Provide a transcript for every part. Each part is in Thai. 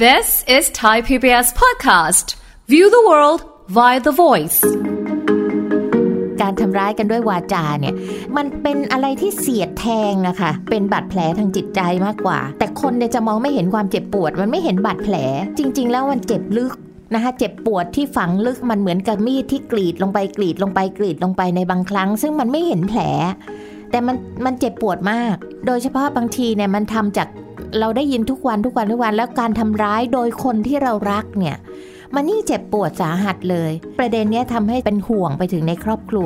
This is Thai PBS podcast. View the world via the voice. การทำร้ายกันด้วยวาจาเนี่ยมันเป็นอะไรที่เสียดแทงอะค่ะเป็นบาดแผลทางจิตใจมากกว่าแต่คนเนี่ยจะมองไม่เห็นความเจ็บปวดมันไม่เห็นบาดแผลจริงๆแล้วมันเจ็บลึกนะคะเจ็บปวดที่ฝังลึกมันเหมือนกับมีดที่กรีดลงไปกรีดลงไปกรีดลงไปในบางครั้งซึ่งมันไม่เห็นแผลแต่มันเจ็บปวดมากโดยเฉพาะบางทีเนี่ยมันทำจากเราได้ยินทุกวันแล้วการทำร้ายโดยคนที่เรารักเนี่ยมันนี่เจ็บปวดสาหัสเลยประเด็นนี้ทำให้เป็นห่วงไปถึงในครอบครัว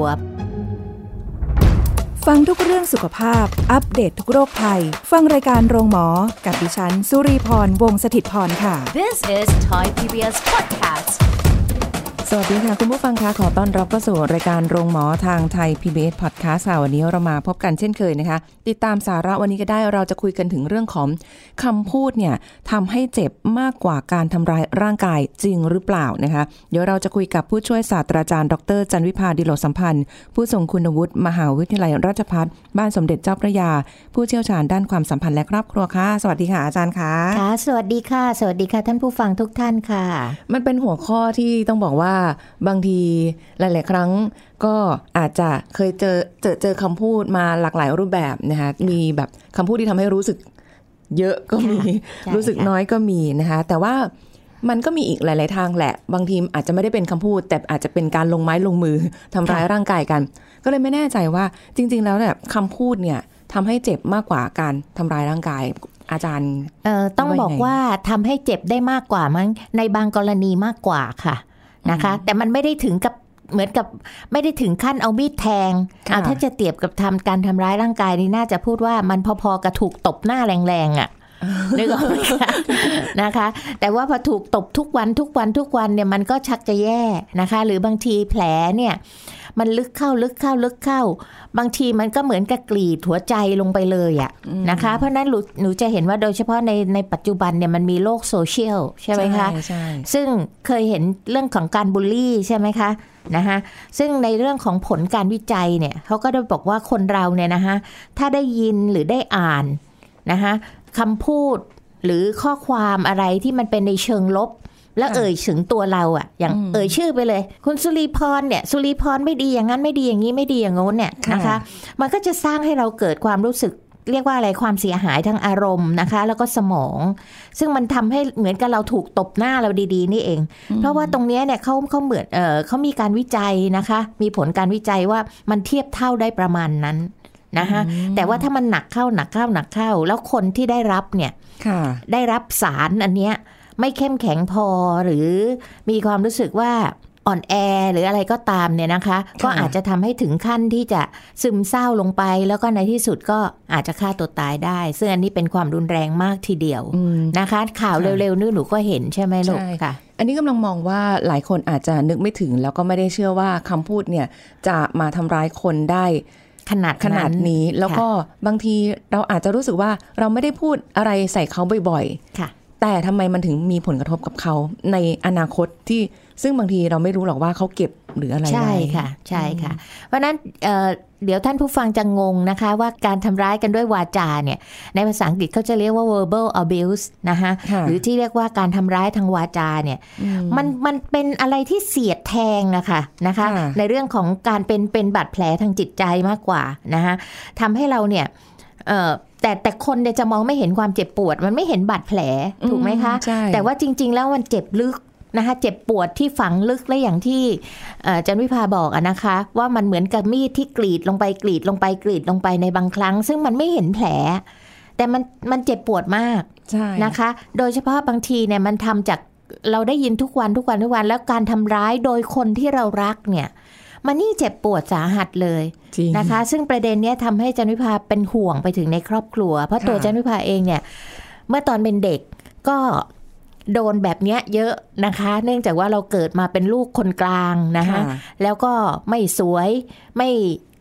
ฟังทุกเรื่องสุขภาพอัปเดต ทุกโรคภัยฟังรายการโรงหมอกับดิฉันสุรีพรวงศ์สถิตย์พรค่ะ This is Thai PBS podcast. สวัสดีค่ะคุณผู้ฟังคะขอต้อนรับเข้าสู่รายการโรงหมอทางไทย PBS Podcast วันนี้เรามาพบกันเช่นเคยนะคะติดตามสาระวันนี้ก็ได้เราจะคุยกันถึงเรื่องของคำพูดเนี่ยทำให้เจ็บมากกว่าการทำร้ายร่างกายจริงหรือเปล่านะคะเดี๋ยวเราจะคุยกับผู้ช่วยศาสตราจารย์ดร.จันวิภาดิโลสัมพันธ์ผู้ทรงคุณวุฒิมหาวิทยาลัยราชภัฏบ้านสมเด็จเจ้าพระยาผู้เชี่ยวชาญด้านความสัมพันธ์และครอบครัวค่ะสวัสดีค่ะอาจารย์ค่ะค่ะสวัสดีค่ะสวัสดีค่ะท่านผู้ฟังทุกท่านค่ะมันเป็นหัวข้อที่ต้องบอกว่าบางทีหลายๆครั้งก็อาจจะเคยเจอคำพูดมาหลากหลายรูปแบบนะคะมีแบบคำพูดที่ทำให้รู้สึกเยอะก็มีรู้สึกน้อยก็มีนะคะแต่ว่ามันก็มีอีกหลายๆทางแหละบางทีอาจจะไม่ได้เป็นคำพูดแต่อาจจะเป็นการลงไม้ลงมือทำร้ายร่างกายกันก็เลยไม่แน่ใจว่าจริงๆแล้วเนี่ยคำพูดเนี่ยทำให้เจ็บมากกว่าการทำร้ายร่างกายอาจารย์ต้องบอกว่าทำให้เจ็บได้มากกว่ามั้งในบางกรณีมากกว่าค่ะนะคะแต่มันไม่ได้ถึงกับเหมือนกับไม่ได้ถึงขั้นเอามีดแทงเอาถ้าจะเทียบกับการทำร้ายร่างกายนี่น่าจะพูดว่ามันพอๆกับถูกตบหน้าแรงๆอ่ะนึกออกไหมคะนะคะแต่ว่าพอถูกตบทุกวันเนี่ยมันก็ชักจะแย่นะคะหรือบางทีแผลเนี่ยมันลึกเข้าบางทีมันก็เหมือนกับกรีดหัวใจลงไปเลยอ่ะนะคะเพราะนั้นหนูจะเห็นว่าโดยเฉพาะในปัจจุบันเนี่ยมันมีโลกโซเชียลใช่ไหมคะซึ่งเคยเห็นเรื่องของการบูลลี่ใช่ไหมคะนะคะซึ่งในเรื่องของผลการวิจัยเนี่ยเขาก็ได้บอกว่าคนเราเนี่ยนะคะถ้าได้ยินหรือได้อ่านนะคะคำพูดหรือข้อความอะไรที่มันเป็นในเชิงลบแล้วเอ่ยถึงตัวเราอ่ะอย่างเอ่ยชื่อไปเลยคุณสุรีพรเนี่ยสุรีพรไม่ดีอย่างนั้นไม่ดีอย่างนี้ไม่ดีอย่างโน้นเนี่ยนะคะมันก็จะสร้างให้เราเกิดความรู้สึกเรียกว่าอะไรความเสียหายทางอารมณ์นะคะแล้วก็สมองซึ่งมันทำให้เหมือนกับเราถูกตบหน้าเราดีๆนี่เองเพราะว่าตรงนี้เนี่ยเขาเหมือนเขามีการวิจัยนะคะมีผลการวิจัยว่ามันเทียบเท่าได้ประมาณนั้นนะคะแต่ว่าถ้ามันหนักเข้าแล้วคนที่ได้รับเนี่ยได้รับสารอันเนี้ยไม่เข้มแข็งพอหรือมีความรู้สึกว่าอ่อนแอหรืออะไรก็ตามเนี่ยนะคะก็อาจจะทำให้ถึงขั้นที่จะซึมเศร้าลงไปแล้วก็ในที่สุดก็อาจจะฆ่าตัวตายได้ซึ่งอันนี้เป็นความรุนแรงมากทีเดียวนะคะข่าวเร็วๆนี่หนูก็เห็นใช่ไหมลูกค่ะอันนี้กำลังมองว่าหลายคนอาจจะนึกไม่ถึงแล้วก็ไม่ได้เชื่อว่าคำพูดเนี่ยจะมาทำร้ายคนได้ขนาดนี้แล้วก็บางทีเราอาจจะรู้สึกว่าเราไม่ได้พูดอะไรใส่เขาบ่อยๆค่ะแต่ทำไมมันถึงมีผลกระทบกับเขาในอนาคตที่ซึ่งบางทีเราไม่รู้หรอกว่าเขาเก็บหรืออะไรใช่ค่ะเพราะนั้นเดี๋ยวท่านผู้ฟังจะงงนะคะว่าการทำร้ายกันด้วยวาจาเนี่ยในภาษาอังกฤษเขาจะเรียกว่า verbal abuse นะคะหรือที่เรียกว่าการทำร้ายทางวาจาเนี่ยมันเป็นอะไรที่เสียดแทงนะคะในเรื่องของการเป็นบาดแผลทางจิตใจมากกว่านะคะทำให้เราเนี่ยแต่คนเนี่ยจะมองไม่เห็นความเจ็บปวดมันไม่เห็นบาดแผลถูกไหมคะแต่ว่าจริงๆแล้วมันเจ็บลึกนะคะเจ็บปวดที่ฝังลึกและอย่างที่จันวิภาบอกนะคะว่ามันเหมือนกับมีดที่กรีดลงไปในบางครั้งซึ่งมันไม่เห็นแผลแต่มันเจ็บปวดมากนะคะโดยเฉพาะบางทีเนี่ยมันทำจากเราได้ยินทุกวันแล้วการทำร้ายโดยคนที่เรารักเนี่ยมันนี่เจ็บปวดสาหัสเลยนะคะซึ่งประเด็นนี้ทำให้จันวิภาเป็นห่วงไปถึงในครอบครัวเพราะตัวจันวิภาเองเนี่ยเมื่อตอนเป็นเด็กก็โดนแบบนี้เยอะนะคะเนื่องจากว่าเราเกิดมาเป็นลูกคนกลางนะคะแล้วก็ไม่สวยไม่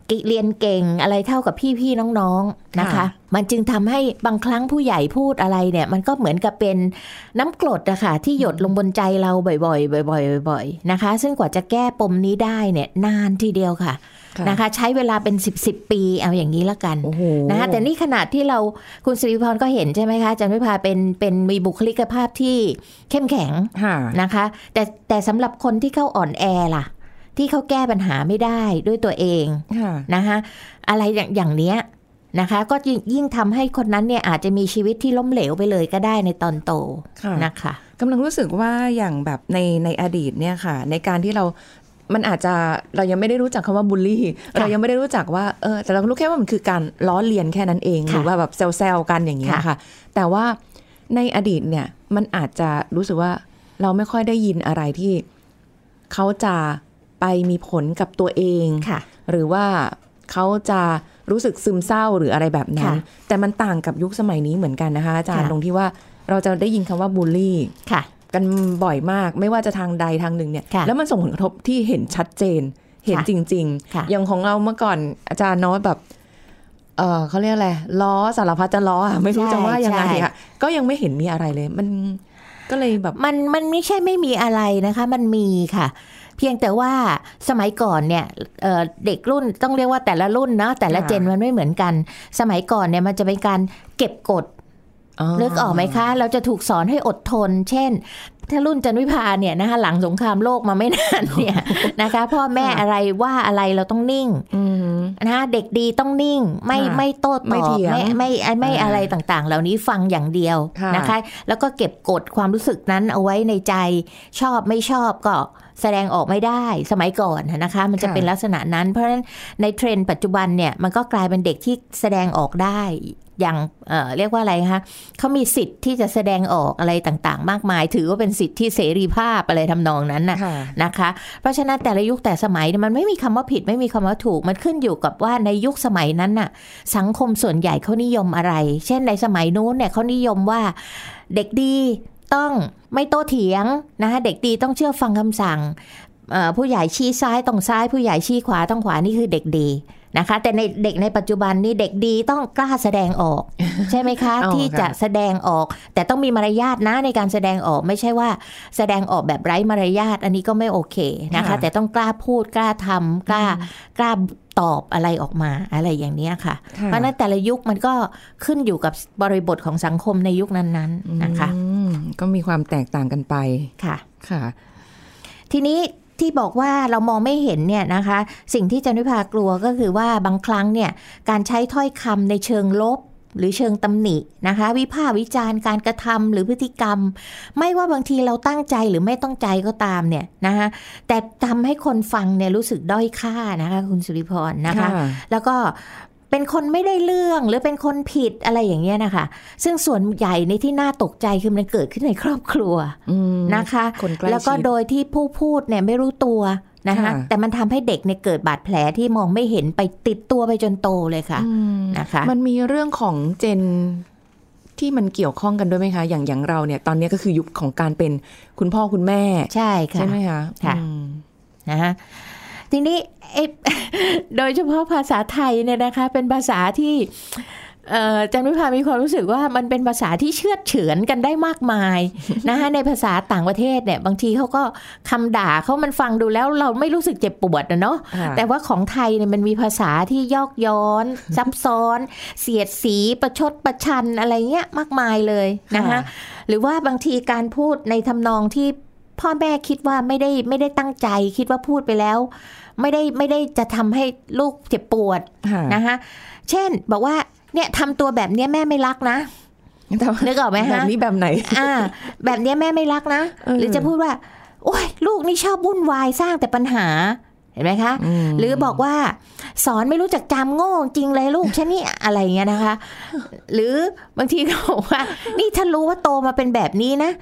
เรียนเก่งอะไรเท่ากับพี่ๆน้องๆนะคะมันจึงทำให้บางครั้งผู้ใหญ่พูดอะไรเนี่ยมันก็เหมือนกับเป็นน้ำกรดอะค่ะที่หยดลงบนใจเราบ่อยๆบ่อยๆบ่อยๆนะคะซึ่งกว่าจะแก้ปมนี้ได้เนี่ยนานทีเดียวค่ะนะคะใช้เวลาเป็น10ปีเอาอย่างนี้ละกันนะคะแต่นี่ขนาดที่เราคุณสิริพรก็เห็นใช่ไหมคะอาจารย์วิภาเป็นมีบุคลิกภาพที่เข้มแข็งนะคะแต่สำหรับคนที่เข้าอ่อนแอล่ะที่เขาแก้ปัญหาไม่ได้ด้วยตัวเองนะคะอะไรอย่างเนี้ยนะคะก็ยิ่งทำให้คนนั้นเนี่ยอาจจะมีชีวิตที่ล้มเหลวไปเลยก็ได้ในตอนโตนะคะกำลังรู้สึกว่าอย่างแบบในอดีตเนี่ยค่ะในการที่มันอาจจะเรายังไม่ได้รู้จักคำว่าบูลลี่เรายังไม่ได้รู้จักว่าแต่เรารู้แค่ว่ามันคือการล้อเลียนแค่นั้นเองหรือว่าแบบแซวๆกันอย่างเงี้ยค่ะแต่ว่าในอดีตเนี่ยมันอาจจะรู้สึกว่าเราไม่ค่อยได้ยินอะไรที่เขาจะไปมีผลกับตัวเองหรือว่าเขาจะรู้สึกซึมเศร้าหรืออะไรแบบนั้นแต่มันต่างกับยุคสมัยนี้เหมือนกันนะคะอาจารย์ตรงที่ว่าเราจะได้ยินคำว่าบูลลี่กันบ่อยมากไม่ว่าจะทางใดทางหนึ่งเนี่ยแล้วมันส่งผลกระทบที่เห็นชัดเจนเห็นจริงๆอย่างของเราเมื่อก่อนอาจารย์น้อยแบบเขาเรียกอะไรล้อสารพัดจะล้อไม่รู้จะว่ายังไงค่ะก็ยังไม่เห็นมีอะไรเลยมันก็เลยแบบมันไม่ใช่ไม่มีอะไรนะคะมันมีค่ะเพียงแต่ว่าสมัยก่อนเนี่ยเด็กรุ่นต้องเรียกว่าแต่ละรุ่นนะแต่ละเจนมันไม่เหมือนกันสมัยก่อนเนี่ยมันจะเป็นการเก็บกดนึกออกไหมคะเราจะถูกสอนให้อดทนเช่นถ้ารุ่นจันวิภาเนี่ยนะคะหลังสงครามโลกมาไม่นานเนี่ยนะคะพ่อแม่อะไรว่าอะไรเราต้องนิ่งนะคะเด็กดีต้องนิ่งไม่โต้ตอบไม่อะไรต่างๆเหล่านี้ฟังอย่างเดียวนะคะแล้วก็เก็บกดความรู้สึกนั้นเอาไว้ในใจชอบไม่ชอบก็แสดงออกไม่ได้สมัยก่อนนะคะมันจะเป็นลักษณะนั้นเพราะฉะนั้นในเทรนด์ปัจจุบันเนี่ยมันก็กลายเป็นเด็กที่แสดงออกได้อย่างเรียกว่าอะไรคะเขามีสิทธิ์ที่จะแสดงออกอะไรต่างๆมากมายถือว่าเป็นสิทธิเสรีภาพอะไรทำนองนั้นนะคะเพราะฉะนั้นแต่ละยุคแต่สมัยมันไม่มีคำว่าผิดไม่มีคำว่าถูกมันขึ้นอยู่กับว่าในยุคสมัยนั้นน่ะสังคมส่วนใหญ่เขานิยมอะไรเช่นในสมัยนู้นเนี่ยเขานิยมว่าเด็กดีต้องไม่โต้เถียงนะคะเด็กดีต้องเชื่อฟังคำสั่งผู้ใหญ่ชี้ซ้ายต้องซ้ายผู้ใหญ่ชี้ขวาต้องขวานี่คือเด็กดีนะคะแต่ในเด็กในปัจจุบันนี่เด็กดีต้องกล้าแสดงออก ใช่ไหมคะ ที่จะแสดงออกแต่ต้องมีมารยาทนะในการแสดงออกไม่ใช่ว่าแสดงออกแบบไร้มารยาทอันนี้ก็ไม่โอเคนะคะแต่ต้องกล้าพูดกล้าทำกล้าตอบอะไรออกมาอะไรอย่างนี้ค่ะเพราะนั้นแต่ละยุคมันก็ขึ้นอยู่กับบริบทของสังคมในยุคนั้นๆนะคะก็มีความแตกต่างกันไปค่ะทีนี้ที่บอกว่าเรามองไม่เห็นเนี่ยนะคะสิ่งที่จันวิภากลัวก็คือว่าบางครั้งเนี่ยการใช้ถ้อยคำในเชิงลบหรือเชิงตำหนินะคะวิพากษ์วิจารณ์การกระทำหรือพฤติกรรมไม่ว่าบางทีเราตั้งใจหรือไม่ตั้งใจก็ตามเนี่ยนะคะแต่ทำให้คนฟังเนี่ยรู้สึกด้อยค่านะคะคุณสุริพรนะคะแล้วก็เป็นคนไม่ได้เรื่องหรือเป็นคนผิดอะไรอย่างเงี้ยนะคะซึ่งส่วนใหญ่ในที่น่าตกใจคือมันเกิดขึ้นในครอบครัวนะคะแล้วก็โดยที่ผู้พูดเนี่ยไม่รู้ตัวนะคะแต่มันทำให้เด็กเนี่ยเกิดบาดแผลที่มองไม่เห็นไปติดตัวไปจนโตเลยค่ะนะคะมันมีเรื่องของเจนที่มันเกี่ยวข้องกันด้วยไหมคะอย่างเราเนี่ยตอนนี้ก็คือยุคของการเป็นคุณพ่อคุณแม่ใช่ค่ะใช่ไหมคะนะคะทีนี้โดยเฉพาะภาษาไทยเนี่ยนะคะเป็นภาษาที่จันวิภามีความรู้สึกว่ามันเป็นภาษาที่เชื่อดเฉือนกันได้มากมายนะคะในภาษาต่างประเทศเนี่ยบางทีเขาก็คำด่าเขามันฟังดูแล้วเราไม่รู้สึกเจ็บปวดนะเนาะแต่ว่าของไทยเนี่ยมันมีภาษาที่ยอกย้อนซับซ้อนเสียดสีประชดประชันอะไรเงี้ยมากมายเลยนะคะหรือว่าบางทีการพูดในทำนองที่พ่อแม่คิดว่าไม่ได้ตั้งใจคิดว่าพูดไปแล้วไม่ได้จะทำให้ลูกเจ็บปวดนะคะเช่นบอกว่าเนี่ยทำตัวแบบนี้แม่ไม่รักนะนึกออกไหมฮะแบบนี้แบบไหนแบบนี้แม่ไม่รักนะหรือจะพูดว่าโอ๊ยลูกนี่ชอบวุ่นวายสร้างแต่ปัญหาเห็นไหมคะหรือบอกว่าสอนไม่รู้จักจำโง่จริงเลยลูกฉันนี่อะไรเงี้ยนะคะหรือบางทีก็บอกว่านี่ถ้ารู้ว่าโตมาเป็นแบบนี้นะ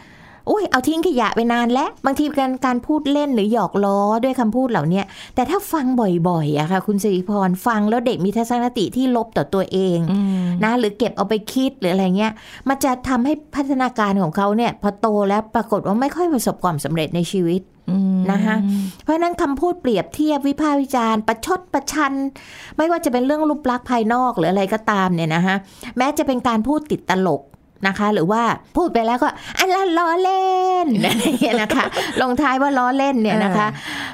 โอ้ยเอาทิ้งขยะไปนานแล้วบางทีการพูดเล่นหรือหยอกล้อด้วยคำพูดเหล่านี้แต่ถ้าฟังบ่อยๆอะค่ะคุณสิริพรฟังแล้วเด็กมีทัศนคติที่ลบต่อตัวเองนะหรือเก็บเอาไปคิดหรืออะไรเงี้ยมันจะทำให้พัฒนาการของเขาเนี่ยพอโตแล้วปรากฏว่าไม่ค่อยประสบความสำเร็จในชีวิตนะคะเพราะนั้นคำพูดเปรียบเทียบวิพากษ์วิจารณ์ประชดประชันไม่ว่าจะเป็นเรื่องรูปลักษณ์ภายนอกหรืออะไรก็ตามเนี่ยนะคะแม้จะเป็นการพูดติดตลกนะคะหรือว่าพูดไปแล้วก็อันละล้อเล่นอะไรอย่างเงี้ยนะคะลงท้ายว่าล้อเล่นเนี่ยนะคะ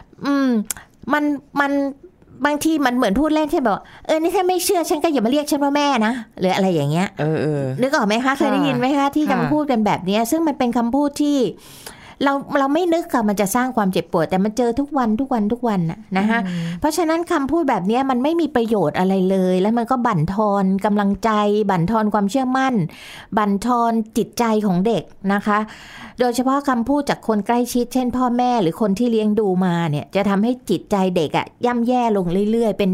มันบางทีมันเหมือนพูดเล่นใช่แบบนี่ถ้าไม่เชื่อฉันก็อย่ามาเรียกฉันว่าแม่นะหรืออะไรอย่างเงี้ยนึกออกไหมคะเคยได้ยินไหมคะที่คำพูดกันแบบนี้ซึ่งมันเป็นคำพูดที่เราไม่นึกค่ะมันจะสร้างความเจ็บปวดแต่มันเจอทุกวันนะคะเพราะฉะนั้นคำพูดแบบนี้มันไม่มีประโยชน์อะไรเลยแล้วมันก็บั่นทอนกำลังใจบั่นทอนความเชื่อมั่นบั่นทอนจิตใจของเด็กนะคะโดยเฉพาะคำพูดจากคนใกล้ชิดเช่นพ่อแม่หรือคนที่เลี้ยงดูมาเนี่ยจะทำให้จิตใจเด็กอะย่ำแย่ลงเรื่อยๆเป็น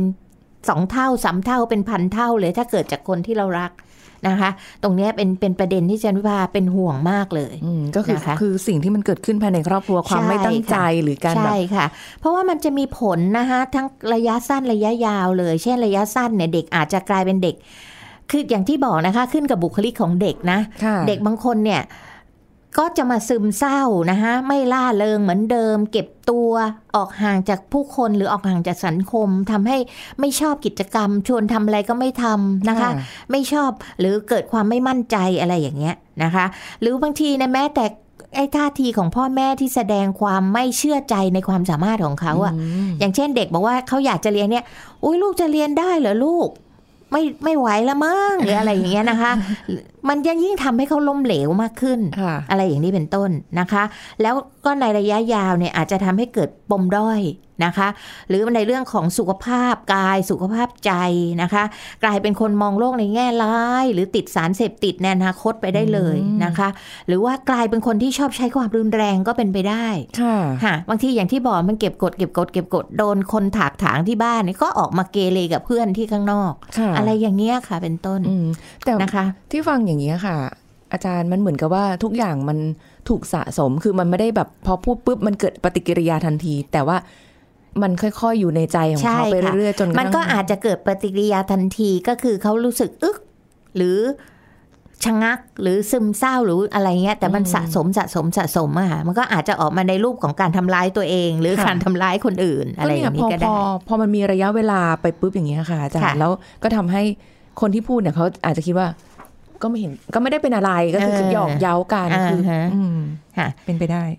2 เท่า 3 เท่าเป็นพันเท่าเลยถ้าเกิดจากคนที่เรารักนะคะตรงนี้เป็นประเด็นที่จันวิภาเป็นห่วงมากเลยก็คือสิ่งที่มันเกิดขึ้นภายในครอบครัวความไม่ตั้งใจหรือการแบบใช่ค่ะเพราะว่ามันจะมีผลนะคะทั้งระยะสั้นระยะยาวเลยเช่นระยะสั้นเนี่ยเด็กอาจจะกลายเป็นเด็กคืออย่างที่บอกนะคะขึ้นกับบุคลิกของเด็กนะเด็กบางคนเนี่ยก็จะมาซึมเศร้านะคะไม่ล่าเริงเหมือนเดิมเก็บตัวออกห่างจากผู้คนหรือออกห่างจากสังคมทำให้ไม่ชอบกิจกรรมชวนทำอะไรก็ไม่ทำนะคะไม่ชอบหรือเกิดความไม่มั่นใจอะไรอย่างเงี้ยนะคะหรือบางทีนะแม้แต่ไอ้ท่าทีของพ่อแม่ที่แสดงความไม่เชื่อใจในความสามารถของเขาอ่ะอย่างเช่นเด็กบอกว่าเขาอยากจะเรียนเนี่ยอุ้ยลูกจะเรียนได้เหรอลูกไม่ไหวแล้วมั้งหรืออะไรอย่างเงี้ยนะคะมันจะยิ่งทำให้เขาล้มเหลวมากขึ้นอะไรอย่างนี้เป็นต้นนะคะแล้วก็ในระยะยาวเนี่ยอาจจะทำให้เกิดปมด้อยนะคะหรือในเรื่องของสุขภาพกายสุขภาพใจนะคะกลายเป็นคนมองโลกในแง่ร้ายหรือติดสารเสพติดในอนาคตไปได้เลยนะคะหรือว่ากลายเป็นคนที่ชอบใช้ความรุนแรงก็เป็นไปได้ค่ะบางทีอย่างที่บอกมันเก็บกดโดนคนถากถางที่บ้านนี่ก็ออกมาเกเรกับเพื่อนที่ข้างนอกอะไรอย่างเงี้ยค่ะเป็นต้นแต่นะคะที่ฟังอย่างนี้ค่ะอาจารย์มันเหมือนกับว่าทุกอย่างมันถูกสะสมคือมันไม่ได้แบบพอพูดปุ๊บมันเกิดปฏิกิริยาทันทีแต่ว่ามันค่อยๆอยู่ในใจของเขาไปเรื่อยๆจนมันก็อาจจะเกิดปฏิกิริยาทันทีก็คือเขารู้สึกอึกหรือชะงักหรือซึมเศร้าหรืออะไรเงี้ยแต่มันสะสมอะค่ะมันก็อาจจะออกมาในรูปของการทำร้ายตัวเองหรือการทำร้ายคนอื่นอะไรอย่างนี้ก็ได้พอมันมีระยะเวลาไปปุ๊บอย่างเงี้ยค่ะอาจารย์แล้วก็ทำให้คนที่พูดเนี่ยเขาอาจจะคิดว่าก็ไม่เห็นก็ไม่ได้เป็นอะไรก็คือหยอกเย้ากันคือเป็นไปได้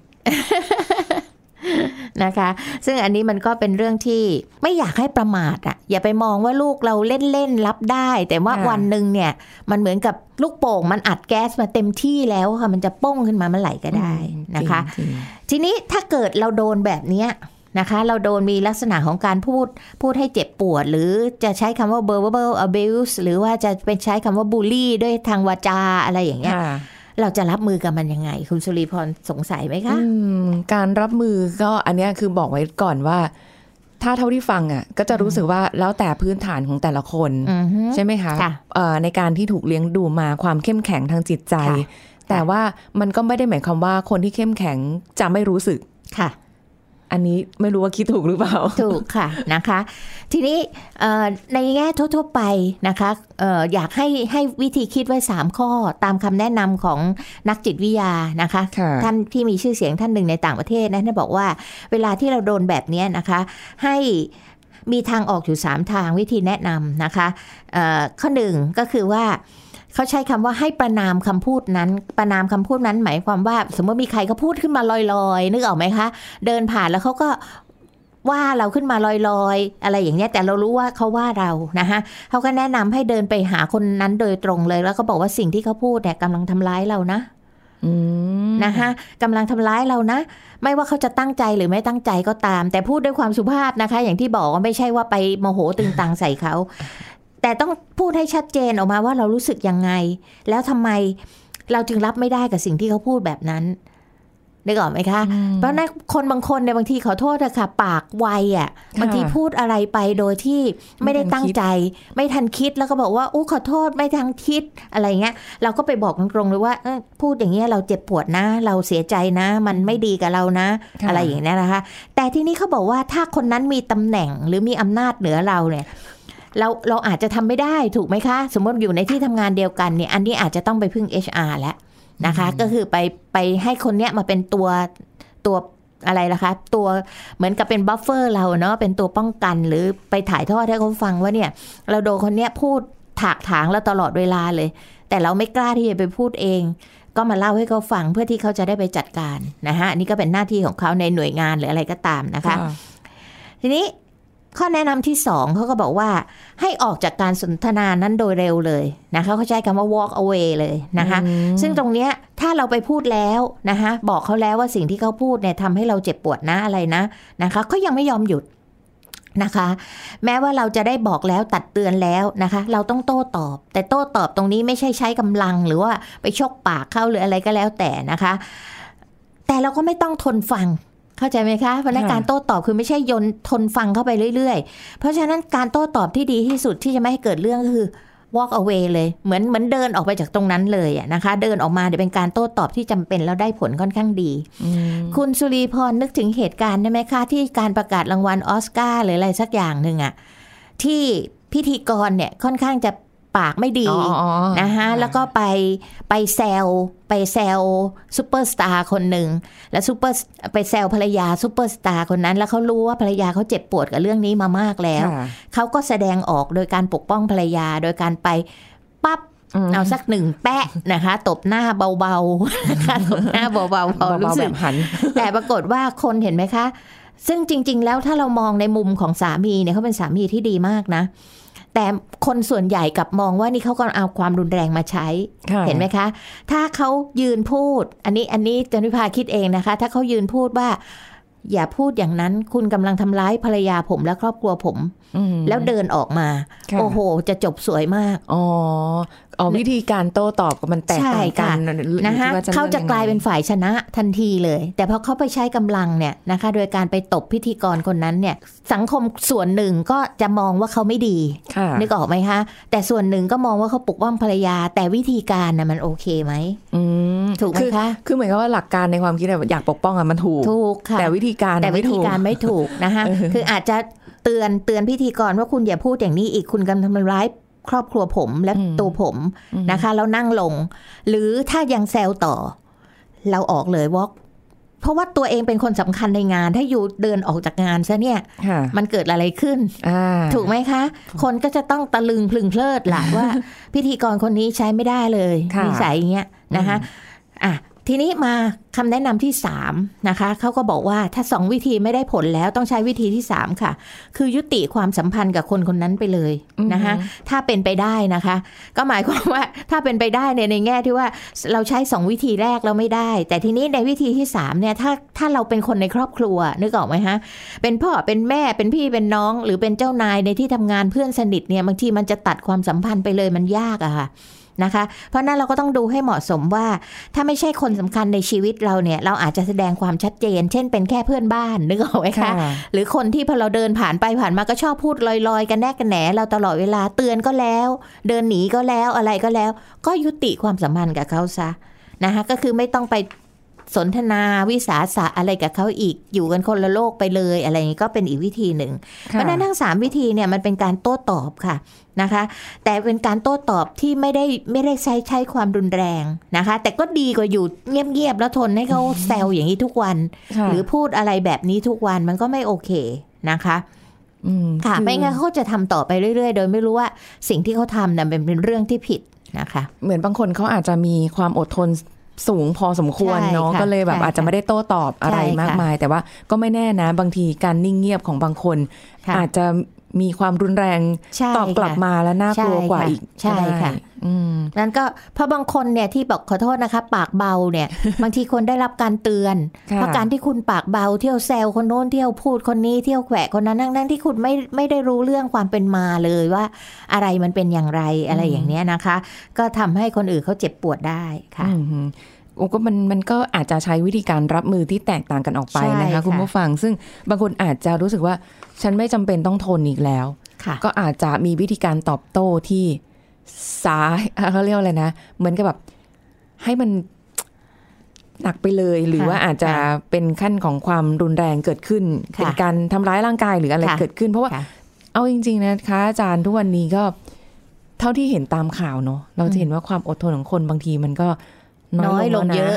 นะคะซึ่งอันนี้มันก็เป็นเรื่องที่ไม่อยากให้ประมาทอ่ะอย่าไปมองว่าลูกเราเล่นรับได้แต่ว่าวันหนึ่งเนี่ยมันเหมือนกับลูกโป่งมันอัดแก๊สมาเต็มที่แล้วค่ะมันจะป้องขึ้นมาเมื่อไหร่ก็ได้นะคะทีนี้ถ้าเกิดเราโดนแบบนี้นะคะเราโดนมีลักษณะของการพูดให้เจ็บปวดหรือจะใช้คำว่า verbal abuse หรือว่าจะเป็นใช้คำว่า bully ด้วยทางวาจาอะไรอย่างเงี้ยเราจะรับมือกับมันยังไงคุณสุริพรสงสัยไหมคะการรับมือก็อันนี้คือบอกไว้ก่อนว่าถ้าเท่าที่ฟังอ่ะก็จะรู้สึกว่าแล้วแต่พื้นฐานของแต่ละคนใช่ไหมคะในการที่ถูกเลี้ยงดูมาความเข้มแข็งทางจิตใจแต่ว่ามันก็ไม่ได้หมายความว่าคนที่เข้มแข็งจะไม่รู้สึกค่ะอันนี้ไม่รู้ว่าคิดถูกหรือเปล่าถูกค่ะนะคะทีนี้ในแง่ทั่วๆไปนะคะอยากให้วิธีคิดไว้3ข้อตามคำแนะนำของนักจิตวิทยานะคะท่านที่มีชื่อเสียงท่านหนึ่งในต่างประเทศนะท่านบอกว่าเวลาที่เราโดนแบบนี้นะคะให้มีทางออกอยู่3ทางวิธีแนะนำนะคะข้อ1ก็คือว่าเขาใช้คำว่าให้ประนามคำพูดนั้นประนามคำพูดนั้นหมายความว่าสมมติมีใครก็พูดขึ้นมาลอยๆนึกออกไหมคะเดินผ่านแล้วเขาก็ว่าเราขึ้นมาลอยๆอะไรอย่างเงี้ยแต่เรารู้ว่าเขาว่าเรานะคะเขาก็แนะนำให้เดินไปหาคนนั้นโดยตรงเลยแล้วก็บอกว่าสิ่งที่เขาพูดเนี่ยกำลังทำร้ายเรานะนะคะกำลังทำร้ายเรานะไม่ว่าเขาจะตั้งใจหรือไม่ตั้งใจก็ตามแต่พูดด้วยความสุภาพนะคะอย่างที่บอกว่าไม่ใช่ว่าไปโมโหตึงตังใส่เขาแต่ต้องพูดให้ชัดเจนออกมาว่าเรารู้สึกยังไงแล้วทำไมเราจึงรับไม่ได้กับสิ่งที่เขาพูดแบบนั้นนึกออกไหมคะเพราะนั้นคนบางคนเนี่ยบางทีขอโทษอะค่ะปากไวอะบางทีพูดอะไรไปโดยที่ไม่ได้ตั้งใจไม่ทันคิดแล้วก็บอกว่าขอโทษไม่ทันคิดอะไรเงี้ยเราก็ไปบอกตรงๆเลยว่าพูดอย่างเงี้ยเราเจ็บปวดนะเราเสียใจนะมันไม่ดีกับเรานะอะไรอย่างเงี้ยนะคะแต่ทีนี้เขาบอกว่าถ้าคนนั้นมีตำแหน่งหรือมีอำนาจเหนือเราเนี่ยเราอาจจะทำไม่ได้ถูกไหมคะสมมติอยู่ในที่ทำงานเดียวกันเนี่ยอันนี้อาจจะต้องไปพึ่ง HR แล้วนะคะก็คือไปให้คนเนี้ยมาเป็นตัวอะไรล่ะคะตัวเหมือนกับเป็นบัฟเฟอร์เราเนาะเป็นตัวป้องกันหรือไปถ่ายทอดให้เขาฟังว่าเนี่ยเราโดนคนเนี้ยพูดถากถางเราตลอดเวลาเลยแต่เราไม่กล้าที่จะไปพูดเองก็มาเล่าให้เขาฟังเพื่อที่เขาจะได้ไปจัดการนะคะอันนี้ก็เป็นหน้าที่ของเขาในหน่วยงานหรืออะไรก็ตามนะคะทีนี้ข้อแนะนำที่2เขาก็บอกว่าให้ออกจากการสนทนานั้นโดยเร็วเลยนะคะเขาใช้คำว่า walk away เลยนะคะซึ่งตรงเนี้ยถ้าเราไปพูดแล้วนะคะบอกเขาแล้วว่าสิ่งที่เขาพูดเนี่ยทำให้เราเจ็บปวดนะอะไรนะคะเขายังไม่ยอมหยุดนะคะแม้ว่าเราจะได้บอกแล้วตัดเตือนแล้วนะคะเราต้องโต้ตอบแต่โต้ตอบตรงนี้ไม่ใช่ใช้กำลังหรือว่าไปชกปากเข้าหรืออะไรก็แล้วแต่นะคะแต่เราก็ไม่ต้องทนฟังเข้าใจไหมคะเพราะนั้นการโต้ตอบคือไม่ใช่ยนทนฟังเข้าไปเรื่อยๆเพราะฉะนั้นการโต้ตอบที่ดีที่สุดที่จะไม่ให้เกิดเรื่องก็คือ walk away เลยเหมือนเดินออกไปจากตรงนั้นเลยนะคะเดินออกมาเดี๋ยวเป็นการโต้ตอบที่จำเป็นแล้วได้ผลค่อนข้างดีคุณสุรีพรนึกถึงเหตุการณ์ได้ไหมคะที่การประกาศรางวัลออสการ์หรืออะไรสักอย่างหนึ่งที่พิธีกรเนี่ยค่อนข้างจะปากไม่ดีนะคะแล้วก็ไปแซวซูเปอร์สตาร์คนหนึ่งแล้วไปแซวภรรยาซูเปอร์สตาร์คนนั้นแล้วเขารู้ว่าภรรยาเขาเจ็บปวดกับเรื่องนี้มามากแล้วเขาก็แสดงออกโดยการปกป้องภรรยาโดยการไปปั๊บเอาสัก1แปะนะคะตบหน้าเบาๆนะคะตบหน้าเบาๆรู้สึกแต่ปรากฏว่าคนเห็นไหมคะซึ่งจริงๆแล้วถ้าเรามองในมุมของสามีเนี่ยเขาเป็นสามีที่ดีมากนะแต่คนส่วนใหญ่กลับมองว่านี่เขาก็เอาความรุนแรงมาใช้เห็นไหมคะถ้าเขายืนพูดอันนี้จันวิภาคิดเองนะคะถ้าเขายืนพูดว่าอย่าพูดอย่างนั้นคุณกำลังทำร้ายภรรยาผมและครอบครัวผมแล้วเดินออกมาโอ้โหจะจบสวยมากวิธีการโต้ตอบมันแตกต่างกันนะคะเขาจะกลายเป็นฝ่ายชนะทันทีเลยแต่พอเขาไปใช้กำลังเนี่ยนะคะโดยการไปตบพิธีกรคนนั้นเนี่ยสังคมส่วนหนึ่งก็จะมองว่าเขาไม่ดีนึกออกไหมคะแต่ส่วนหนึ่งก็มองว่าเขาปกป้องภรรยาแต่วิธีการน่ะมันโอเคไหมถูกไหมคะคือเหมือนกับว่าหลักการในความคิดอยากปกป้องมันถูกค่ะแต่วิธีการไม่ถูกนะคะคืออาจจะเตือนพิธีกรว่าคุณอย่าพูดอย่างนี้อีกคุณกำลังทำร้ายครอบครัวผมและตัวผมนะคะแล้วนั่งลงหรือถ้ายังแซวต่อเราออกเลยวอล์กเพราะว่าตัวเองเป็นคนสำคัญในงานถ้าอยู่เดินออกจากงานซะเนี่ยมันเกิดอะไรขึ้นถูกไหมคะคนก็จะต้องตะลึงพลึงเพลิดล่ะว่าพิธีกรคนนี้ใช้ไม่ได้เลยนิสัยอย่างเงี้ยนะคะทีนี้มาคำแนะนำที่3นะคะเขาก็บอกว่าถ้า2วิธีไม่ได้ผลแล้วต้องใช้วิธีที่3ค่ะคือยุติความสัมพันธ์กับคนคนนั้นไปเลยนะคะถ้าเป็นไปได้นะคะก็หมายความว่าถ้าเป็นไปได้ในแง่ที่ว่าเราใช้2วิธีแรกเราไม่ได้แต่ทีนี้ในวิธีที่3เนี่ยถ้าเราเป็นคนในครอบครัวนึกออกไหมฮะเป็นพ่อเป็นแม่เป็นพี่เป็นน้องหรือเป็นเจ้านายในที่ทำงานเพื่อนสนิทเนี่ยบางทีมันจะตัดความสัมพันธ์ไปเลยมันยากอะค่ะนะคะเพราะนั้นเราก็ต้องดูให้เหมาะสมว่าถ้าไม่ใช่คนสำคัญในชีวิตเราเนี่ยเราอาจจะแสดงความชัดเจนเช่นเป็นแค่เพื่อนบ้านนึกออกไหมคะหรือคนที่พอเราเดินผ่านไปผ่านมาก็ชอบพูดลอยๆกันแนกกันแหนเราตลอดเวลาเตือนก็แล้วเดินหนีก็แล้วอะไรก็แล้วก็ยุติความสัมพันธ์กับเขาซะนะคะก็คือไม่ต้องไปสนทนาวิสาสะอะไรกับเขาอีกอยู่กันคนละโลกไปเลยอะไรอย่างนี้ก็เป็นอีกวิธีหนึ่งเพราะนั้นทั้ง3วิธีเนี่ยมันเป็นการโต้ตอบค่ะนะคะแต่เป็นการโต้ตอบที่ไม่ได้ใช้ความรุนแรงนะคะแต่ก็ดีกว่าอยู่เงียบๆแล้วทนให้เขาแซวอย่างนี้ทุกวันหรือพูดอะไรแบบนี้ทุกวันมันก็ไม่โอเคนะคะค่ะไม่งั้นเขาจะทำต่อไปเรื่อยๆโดยไม่รู้ว่าสิ่งที่เขาทำนั้นเป็นเรื่องที่ผิดนะคะเหมือนบางคนเขาอาจจะมีความอดทนสูงพอสมควรเนาะก็เลยแบบอาจจะไม่ได้โต้ตอบอะไรมากมายแต่ว่าก็ไม่แน่นะบางทีการนิ่งเงียบของบางคนอาจจะมีความรุนแรงตอบกลับมาแล้วน่ากลัวกว่าอีกใช่ค่ะนั้นก็เพราะบางคนเนี่ยที่บอกขอโทษนะคะปากเบาเนี่ยบางทีคนได้รับการเตือนเพราะการที่คุณปากเบาเที่ยวแซวคนโน้นเที่ยวพูดคนนี้เที่ยวแขวะคนนั้นนั่งที่คุณไม่ได้รู้เรื่องความเป็นมาเลยว่าอะไรมันเป็นอย่างไรอะไรอย่างเนี้ยนะคะก็ทำให้คนอื่นเขาเจ็บปวดได้ค่ะก็มันก็อาจจะใช้วิธีการรับมือที่แตกต่างกันออกไปนะคะคุณผู้ฟังซึ่งบางคนอาจจะรู้สึกว่าฉันไม่จำเป็นต้องทนอีกแล้วก็อาจจะมีวิธีการตอบโต้ที่เขาเรียกอะไรนะเหมือนกับแบบให้มันหนักไปเลยหรือว่าอาจจะเป็นขั้นของความรุนแรงเกิดขึ้นเป็นการทำร้ายร่างกายหรืออะไรเกิดขึ้นเพราะว่าเอาจริงๆนะคะอาจารย์ทุกวันนี้ก็เท่าที่เห็นตามข่าวเนาะเราจะเห็นว่าความอดทนของคนบางทีมันก็น้อยลงเยอะ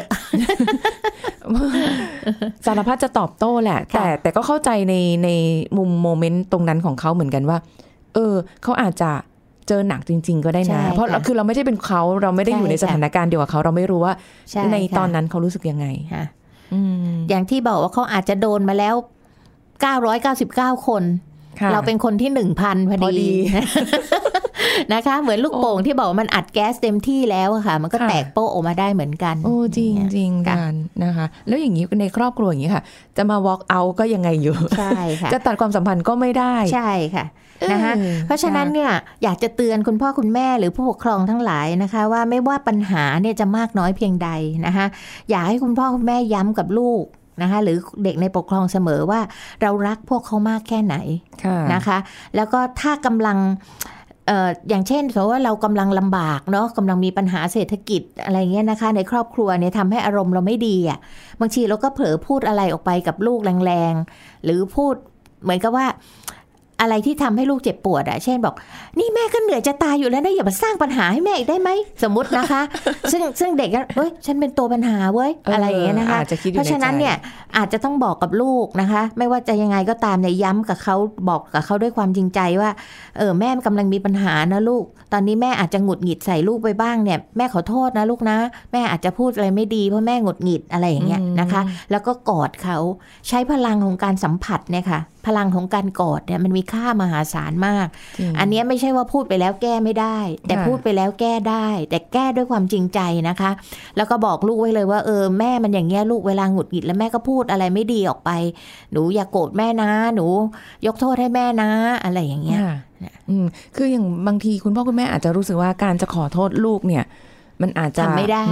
สารพัดจะตอบโต้แหละแต่ก็เข้าใจในมุมโมเมนต์ตรงนั้นของเขาเหมือนกันว่าเขาอาจจะเจอหนักจริงๆก็ได้นะเพราะคือเราไม่ได้เป็นเขาเราไม่ได้อยู่ในสถานการณ์เดียวกับเขาเราไม่รู้ว่าในตอนนั้นเขารู้สึกยังไงอย่างที่บอกว่าเขาอาจจะโดนมาแล้ว999คนเราเป็นคนที่ 1,000 พอดีนะคะเหมือนลูกโป่งที่บอกว่ามันอัดแก๊สเต็มที่แล้วค่ะมันก็แตกโป๊ะออกมาได้เหมือนกันโอ้จริงจริงกันนะคะแล้วอย่างนี้ในครอบครัวอย่างนี้ค่ะจะมา walk out ก็ยังไงอยู่ใช่ค่ะจะตัดความสัมพันธ์ก็ไม่ได้ใช่ค่ะนะคะเพราะฉะนั้นเนี่ยอยากจะเตือนคุณพ่อคุณแม่หรือผู้ปกครองทั้งหลายนะคะว่าไม่ว่าปัญหาเนี่ยจะมากน้อยเพียงใดนะคะอยากให้คุณพ่อคุณแม่ย้ำกับลูกนะคะหรือเด็กในปกครองเสมอว่าเรารักพวกเขามากแค่ไหนนะคะแล้วก็ถ้ากำลังอย่างเช่นสมมติว่าเรากำลังลำบากเนาะกำลังมีปัญหาเศรษฐกิจอะไรเงี้ยนะคะในครอบครัวเนี่ยทำให้อารมณ์เราไม่ดีอ่ะบางทีเราก็เผลอพูดอะไรออกไปกับลูกแรงๆหรือพูดเหมือนกับว่าอะไรที่ทำให้ลูกเจ็บปวดอ่ะเช่นบอกนี่แม่ก็เหนื่อยจะตายอยู่แล้วนะอย่ามาสร้างปัญหาให้แม่อีกได้ไหมสมมตินะคะ ซึ่งเด็กก็เอ้ยฉันเป็นตัวปัญหาเว้ยอะไรอย่างเงี้ยนะคะเพราะฉะนั้นเนี่ยอาจจะต้องบอกกับลูกนะคะไม่ว่าจะยังไงก็ตามเนี่ยย้ำกับเขาบอกกับเขาด้วยความจริงใจว่าแม่กำลังมีปัญหานะลูกตอนนี้แม่อาจจะหงุดหงิดใส่ลูกไปบ้างเนี่ยแม่ขอโทษนะลูกนะแม่อาจจะพูดอะไรไม่ดีเพราะแม่หงุดหงิดอะไรอย่างเงี้ยนะคะแล้วก็กอดเขาใช้พลังของการสัมผัสเนี่ยค่ะพลังของการกอดเนี่ยมันมีค่ามหาศาลมากอันนี้ไม่ใช่ว่าพูดไปแล้วแก้ไม่ได้แต่พูดไปแล้วแก้ได้แต่แก้ด้วยความจริงใจนะคะแล้วก็บอกลูกไว้เลยว่าแม่มันอย่างเงี้ยลูกเวลาหงุดหงิดแล้วแม่ก็พูดอะไรไม่ดีออกไปหนูอย่าโกรธแม่นะหนูยกโทษให้แม่นะอะไรอย่างเงี้ยคืออย่างบางทีคุณพ่อคุณแม่อาจจะรู้สึกว่าการจะขอโทษลูกเนี่ยมันอาจจะไม่ได้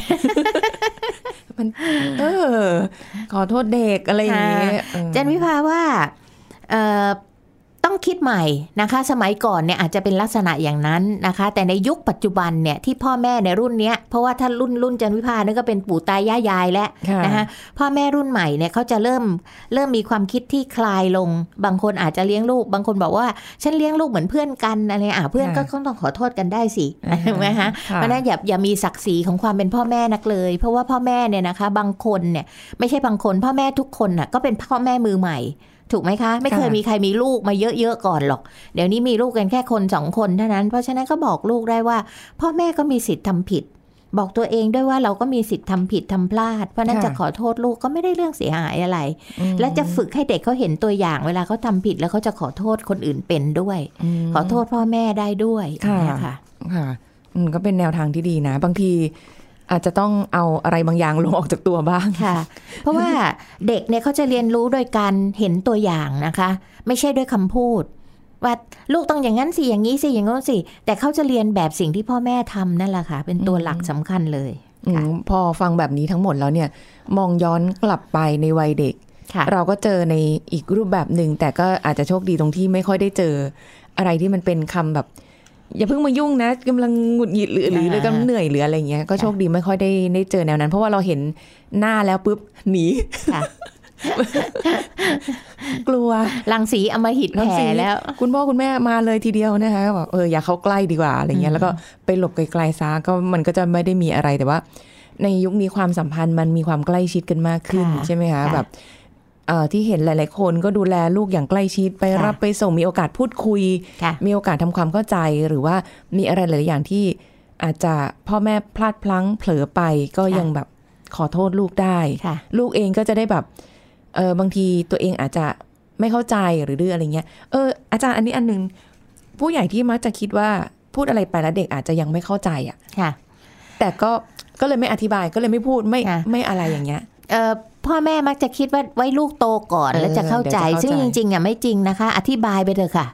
มันขอโทษเด็กอะไรอย่างเงี้ยเจนวิภาว่าต้องคิดใหม่นะคะสมัยก่อนเนี่ยอาจจะเป็นลักษณะอย่างนั้นนะคะแต่ในยุคปัจจุบันเนี่ยที่พ่อแม่ในรุ่นนี้เพราะว่าถ้ารุ่นจันวิภาเนี่ยก็เป็นปู่ตายายายแล้วนะคะพ่อแม่รุ่นใหม่เนี่ยเขาจะเริ่มมีความคิดที่คลายลงบางคนอาจจะเลี้ยงลูกบางคนบอกว่าฉันเลี้ยงลูกเหมือนเพื่อนกันอะไรเพื่อนก็ต้องขอโทษกันได้สิใช่ไหมคะเพราะนั้นอย่ามีศักดิ์ศรีของความเป็นพ่อแม่นักเลยเพราะว่าพ่อแม่เนี่ยนะคะบางคนเนี่ยไม่ใช่บางคนพ่อแม่ทุกคนน่ะก็เป็นพ่อแม่มือใหม่ถูกไหมคะไม่เคยมีใครมีลูกมาเยอะๆก่อนหรอกเดี๋ยวนี้มีลูกกันแค่คน2คนเท่านั้นเพราะฉะนั้นก็บอกลูกได้ว่าพ่อแม่ก็มีสิทธิ์ทำผิดบอกตัวเองด้วยว่าเราก็มีสิทธิ์ทำผิดทำพลาดเพราะนั้นจะขอโทษลูกก็ไม่ได้เรื่องเสียหายอะไรและจะฝึกให้เด็กเขาเห็นตัวอย่างเวลาเขาทำผิดแล้วเขาจะขอโทษคนอื่นเป็นด้วยขอโทษพ่อแม่ได้ด้วยค่ะก็เป็นแนวทางที่ดีนะบางทีอาจจะต้องเอาอะไรบางอย่างลงออกจากตัวบ้างค่ะเพราะว่าเด็กเนี่ยเขาจะเรียนรู้โดยการเห็นตัวอย่างนะคะไม่ใช่ด้วยคำพูดว่าลูกต้องอย่างนั้นสิอย่างนี้สิอย่างโน้นสิแต่เขาจะเรียนแบบสิ่งที่พ่อแม่ทำนั่นแหละค่ะเป็นตัวหลักสำคัญเลยพอฟังแบบนี้ทั้งหมดแล้วเนี่ยมองย้อนกลับไปในวัยเด็กเราก็เจอในอีกรูปแบบหนึ่งแต่ก็อาจจะโชคดีตรงที่ไม่ค่อยได้เจออะไรที่มันเป็นคำแบบอย่าเพิ่งมายุ่งนะกำลังหงุดหงิดหรือก็เหนื่อยหรืออะไรเงี้ยก็โชคดีไม่ค่อยได้เจอแนวนั้นเพราะว่าเราเห็นหน้าแล้วปุ๊บหนีกลัวรังสีอมหิตแผ่แล้วคุณพ่อคุณแม่มาเลยทีเดียวนะคะบอกอย่าเข้าใกล้ดีกว่าอะไรเงี้ยแล้วก็ไปหลบไกลๆซะก็มันก็จะไม่ได้มีอะไรแต่ว่าในยุคนี้ความสัมพันธ์มันมีความใกล้ชิดกันมากขึ้นใช่ไหมคะแบบที่เห็นหลายๆคนก็ดูแลลูกอย่างใกล้ชิดไปรับไปส่งมีโอกาสพูดคุยมีโอกาสทำความเข้าใจหรือว่ามีอะไรหลายอย่างที่อาจจะพ่อแม่พลาดพลั้งเผลอไปก็ยังแบบขอโทษลูกได้ลูกเองก็จะได้แบบบางทีตัวเองอาจจะไม่เข้าใจหรือดื้ออะไรเงี้ยอาจารย์อันนี้อันนึงผู้ใหญ่ที่มักจะคิดว่าพูดอะไรไปแล้วเด็กอาจจะยังไม่เข้าใจอ่ะแต่ก็เลยไม่อธิบายก็เลยไม่พูดไม่อะไรอย่างเงี้ยพ่อแม่มักจะคิดว่าไว้ลูกโตก่อนแล้วจะเข้าใจซึ่งจริงๆไม่จริงนะคะอธิบายไปเถอะค่ะ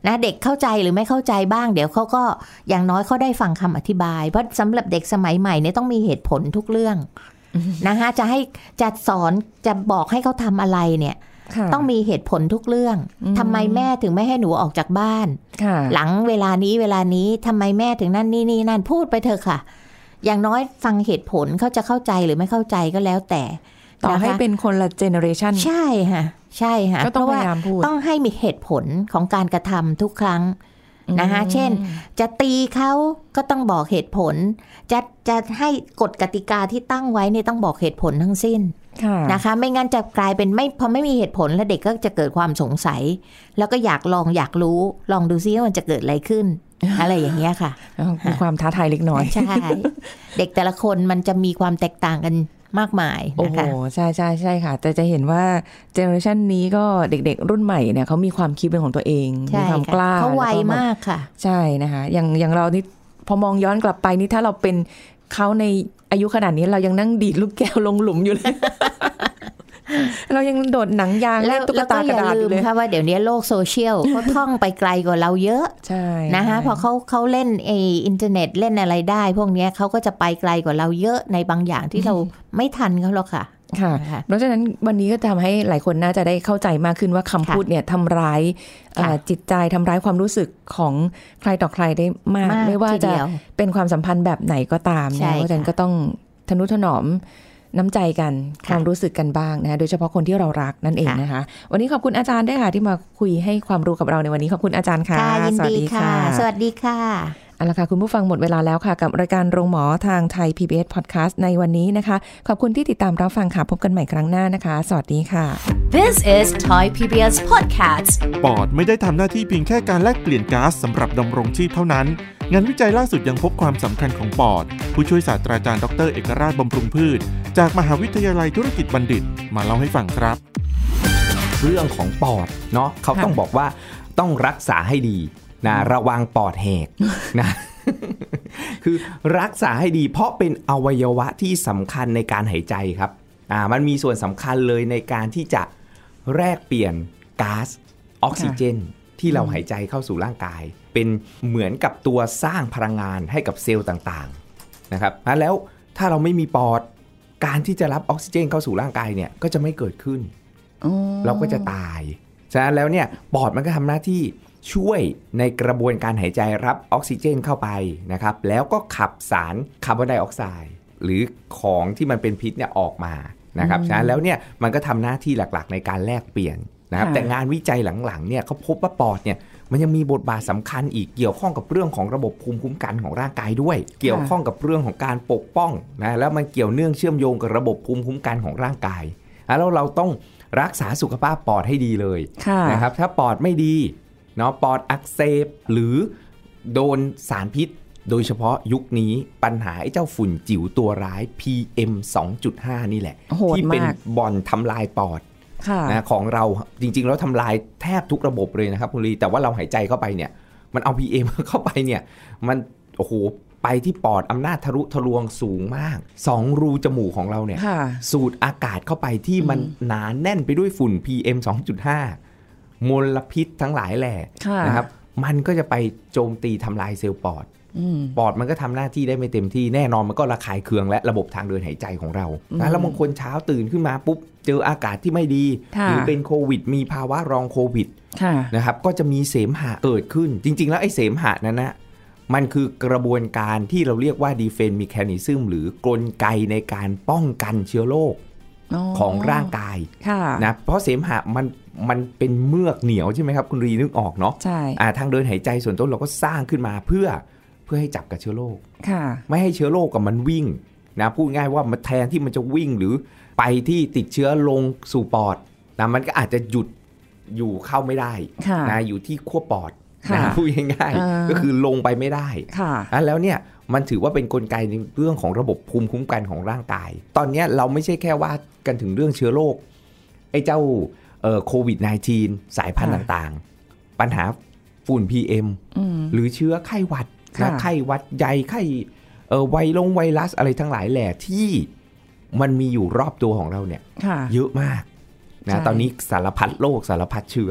นะเด็กเข้าใจหรือไม่เข้าใจบ้างเดี๋ยวเขาก็อย่างน้อยเขาได้ฟังคำอธิบายเพราะสำหรับเด็กสมัยใหม่เนี่ยต้องมีเหตุผลทุกเรื่องนะคะจะสอนจะบอกให้เขาทำอะไรเนี่ยต้องมีเหตุผลทุกเรื่องทำไมแม่ถึงไม่ให้หนูออกจากบ้านหลังเวลานี้ทำไมแม่ถึงนั่นนี่นั่นพูดไปเถอะค่ะอย่างน้อยฟังเหตุผลเขาจะเข้าใจหรือไม่เข้าใจก็แล้วแต่ต่อให้เป็นคนละเจเนอเรชันใช่ค่ะก็ต้องพยายามพูดต้องให้มีเหตุผลของการกระทำทุกครั้งนะคะเช่นจะตีเขาก็ต้องบอกเหตุผลจะให้กฎกติกาที่ตั้งไว้เนี่ยต้องบอกเหตุผลทั้งสิ้นนะคะไม่งั้นจะกลายเป็นพอไม่มีเหตุผลแล้วเด็กก็จะเกิดความสงสัยแล้วก็อยากรู้ลองดูซิว่ามันจะเกิดอะไรขึ้น อะไรอย่างเงี้ยค่ะมีความท้าทายเล็กน้อยใช่เด็กแต่ละคนมันจะมีความแตกต่างกันมากมายนะคะโอ้ใช่ค่ะแต่จะเห็นว่าเจเนอเรชันนี้ก็เด็กๆรุ่นใหม่เนี่ยเขามีความคิดเป็นของตัวเองมีความกล้าเขาไวมากค่ะใช่นะคะอย่างเรานี่พอมองย้อนกลับไปนี่ถ้าเราเป็นเขาในอายุขนาดนี้เรายังนั่งดีดลูกแก้วลงหลุมอยู่เลย เรายังโดดหนังยางเล่นตุ๊กตากระดาษอยู่เลยค่ะว่าเดี๋ยวนี้โลกโซเชียลเขาท่องไปไกลกว่าเราเยอะใช่นะคะพอเขาเล่นอินเทอร์เน็ตเล่นอะไรได้พวกนี้เขาก็จะไปไกลกว่าเราเยอะในบางอย่างที่เราไม่ทันเขาหรอกค่ะค่ะเพราะฉะนั้นวันนี้ก็ทำให้หลายคนน่าจะได้เข้าใจมากขึ้นว่าคำพูดเนี่ยทำร้ายจิตใจทำร้ายความรู้สึกของใครต่อใครได้มากไม่ว่าจะเป็นความสัมพันธ์แบบไหนก็ตามนะเพราะฉะนั้นก็ต้องทนุถนอมน้ำใจกันความรู้สึกกันบ้างนะคะโดยเฉพาะคนที่เรารักนั่นเองนะคะวันนี้ขอบคุณอาจารย์ด้วยค่ะที่มาคุยให้ความรู้กับเราในวันนี้ขอบคุณอาจารย์ค่ะสวัสดีค่ะสวัสดีค่ะเอาละค่ะคุณผู้ฟังหมดเวลาแล้วค่ะกับรายการโรงหมอทางไทย PBS Podcast ในวันนี้นะคะขอบคุณที่ติดตามรับฟังค่ะพบกันใหม่ครั้งหน้านะคะสวัสดีค่ะ This is Thai PBS Podcast ปอดไม่ได้ทำหน้าที่เพียงแค่การแลกเปลี่ยนก๊าซสำหรับดำรงชีพเท่านั้นงานวิจัยล่าสุดยังพบความสำคัญของปอดผู้ช่วยศาสตราจารย์ดร.เอกราชบำรุงพืชจากมหาวิทยาลัยธุรกิจบัณฑิตมาเล่าให้ฟังครับเรื่องของปอดเนาะเขาต้องบอกว่าต้องรักษาให้ดีนะระวังปอดแหกนะคือรักษาให้ดีเพราะเป็นอวัยวะที่สำคัญในการหายใจครับมันมีส่วนสำคัญเลยในการที่จะแลกเปลี่ยนก๊าซออกซิเจนที่เราหายใจเข้าสู่ร่างกายเป็นเหมือนกับตัวสร้างพลังงานให้กับเซลล์ต่างๆนะครับแล้วถ้าเราไม่มีปอดการที่จะรับออกซิเจนเข้าสู่ร่างกายเนี่ยก็จะไม่เกิดขึ้นเราก็จะตายฉะนั้นแล้วเนี่ยปอดมันก็ทำหน้าที่ช่วยในกระบวนการหายใจรับออกซิเจนเข้าไปนะครับแล้วก็ขับสารคาร์บอนไดออกไซด์หรือของที่มันเป็นพิษเนี่ยออกมานะครับฉะนั้นแล้วเนี่ยมันก็ทำหน้าที่หลักๆในการแลกเปลี่ยนนะครับแต่งานวิจัยหลังๆเนี่ยเขาพบว่าปอดเนี่ยมันยังมีบทบาทสำคัญอีกเกี่ยวข้องกับเรื่องของระบบภูมิคุ้มกันของร่างกายด้วยเกี่ยวข้องกับเรื่องของการปกป้องนะแล้วมันเกี่ยวเนื่องเชื่อมโยงกับระบบภูมิคุ้มกันของร่างกายแล้วเราต้องรักษาสุขภาพปอดให้ดีเลยนะครับถ้าปอดไม่ดีเนาะปอดอักเสบหรือโดนสารพิษโดยเฉพาะยุคนี้ปัญหาไอ้เจ้าฝุ่นจิ๋วตัวร้าย PM 2.5 นี่แหละที่เป็นบ่อนทำลายปอดนะของเราจริงๆแล้วทำลายแทบทุกระบบเลยนะครับคุณลีแต่ว่าเราหายใจเข้าไปเนี่ยมันเอา PM เข้าไปเนี่ยมันโอ้โหไปที่ปอดอำนาจทะลุทะลวงสูงมาก2รูจมูกของเราเนี่ยสูดอากาศเข้าไปที่มันหนาแน่นไปด้วยฝุ่น PM 2.5 มลพิษทั้งหลายแหล่นะครับมันก็จะไปโจมตีทำลายเซลล์ปอดมันก็ทำหน้าที่ได้ไม่เต็มที่แน่นอนมันก็ระคายเคืองและระบบทางเดินหายใจของเราแล้วบางคนเช้าตื่นขึ้นมาปุ๊บเจออากาศที่ไม่ดีหรือเป็นโควิดมีภาวะรองโควิดนะครับก็จะมีเสมหะเกิดขึ้นจริงๆแล้วไอ้เสมหะนั้นนะมันคือกระบวนการที่เราเรียกว่า defense mechanism หรือกลไกในการป้องกันเชื้อโรคของร่างกายนะเพราะเสมหะมันเป็นเมือกเหนียวใช่ไหมครับคุณรีนึกออกเนาะใช่ทางเดินหายใจส่วนต้นเราก็สร้างขึ้นมาเพื่อให้จับกับเชื้อโรคไม่ให้เชื้อโรคกับมันวิ่งนะพูดง่ายว่ามันแทนที่มันจะวิ่งหรือไปที่ติดเชื้อลงสู่ปอดนะมันก็อาจจะหยุดอยู่เข้าไม่ได้นะอยู่ที่ขั้วปอดนะพูดง่ายๆก็คือลงไปไม่ได้แล้วเนี่ยมันถือว่าเป็นกลไกในเรื่องของระบบภูมิคุ้มกันของร่างกายตอนนี้เราไม่ใช่แค่ว่ากันถึงเรื่องเชื้อโรคไอ้เจ้าโควิด -19 สายพันธุ์ต่างๆปัญหาฝุ่น PM หรือเชื้อไข้หวัดนะไข้หวัดใหญ่ไข้ไวรัสอะไรทั้งหลายแหล่ที่มันมีอยู่รอบตัวของเราเนี่ยเยอะมากนะตอนนี้สารพัดโรคสารพัดเชื้อ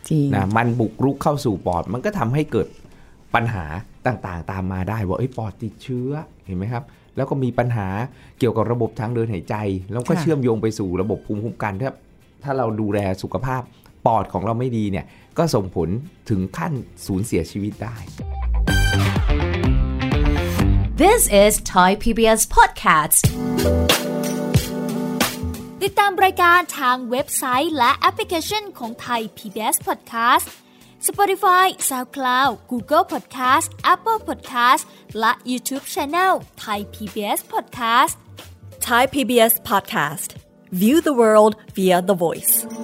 นะมันบุกรุกเข้าสู่ปอดมันก็ทำให้เกิดปัญหาต่างๆตามมาได้ว่าปอดติดเชื้อเห็นไหมครับแล้วก็มีปัญหาเกี่ยวกับระบบทางเดินหายใจแล้วก็เชื่อมโยงไปสู่ระบบภูมิคุ้มกันถ้าเราดูแลสุขภาพปอดของเราไม่ดีเนี่ยก็ส่งผลถึงขั้นสูญเสียชีวิตได้ This is Thai PBS Podcast ติดตามรายการทางเว็บไซต์และแอปพลิเคชันของ Thai PBS Podcast Spotify, SoundCloud, Google Podcast, Apple Podcast และ YouTube Channel Thai PBS Podcast Thai PBS Podcast. View the world via the voice.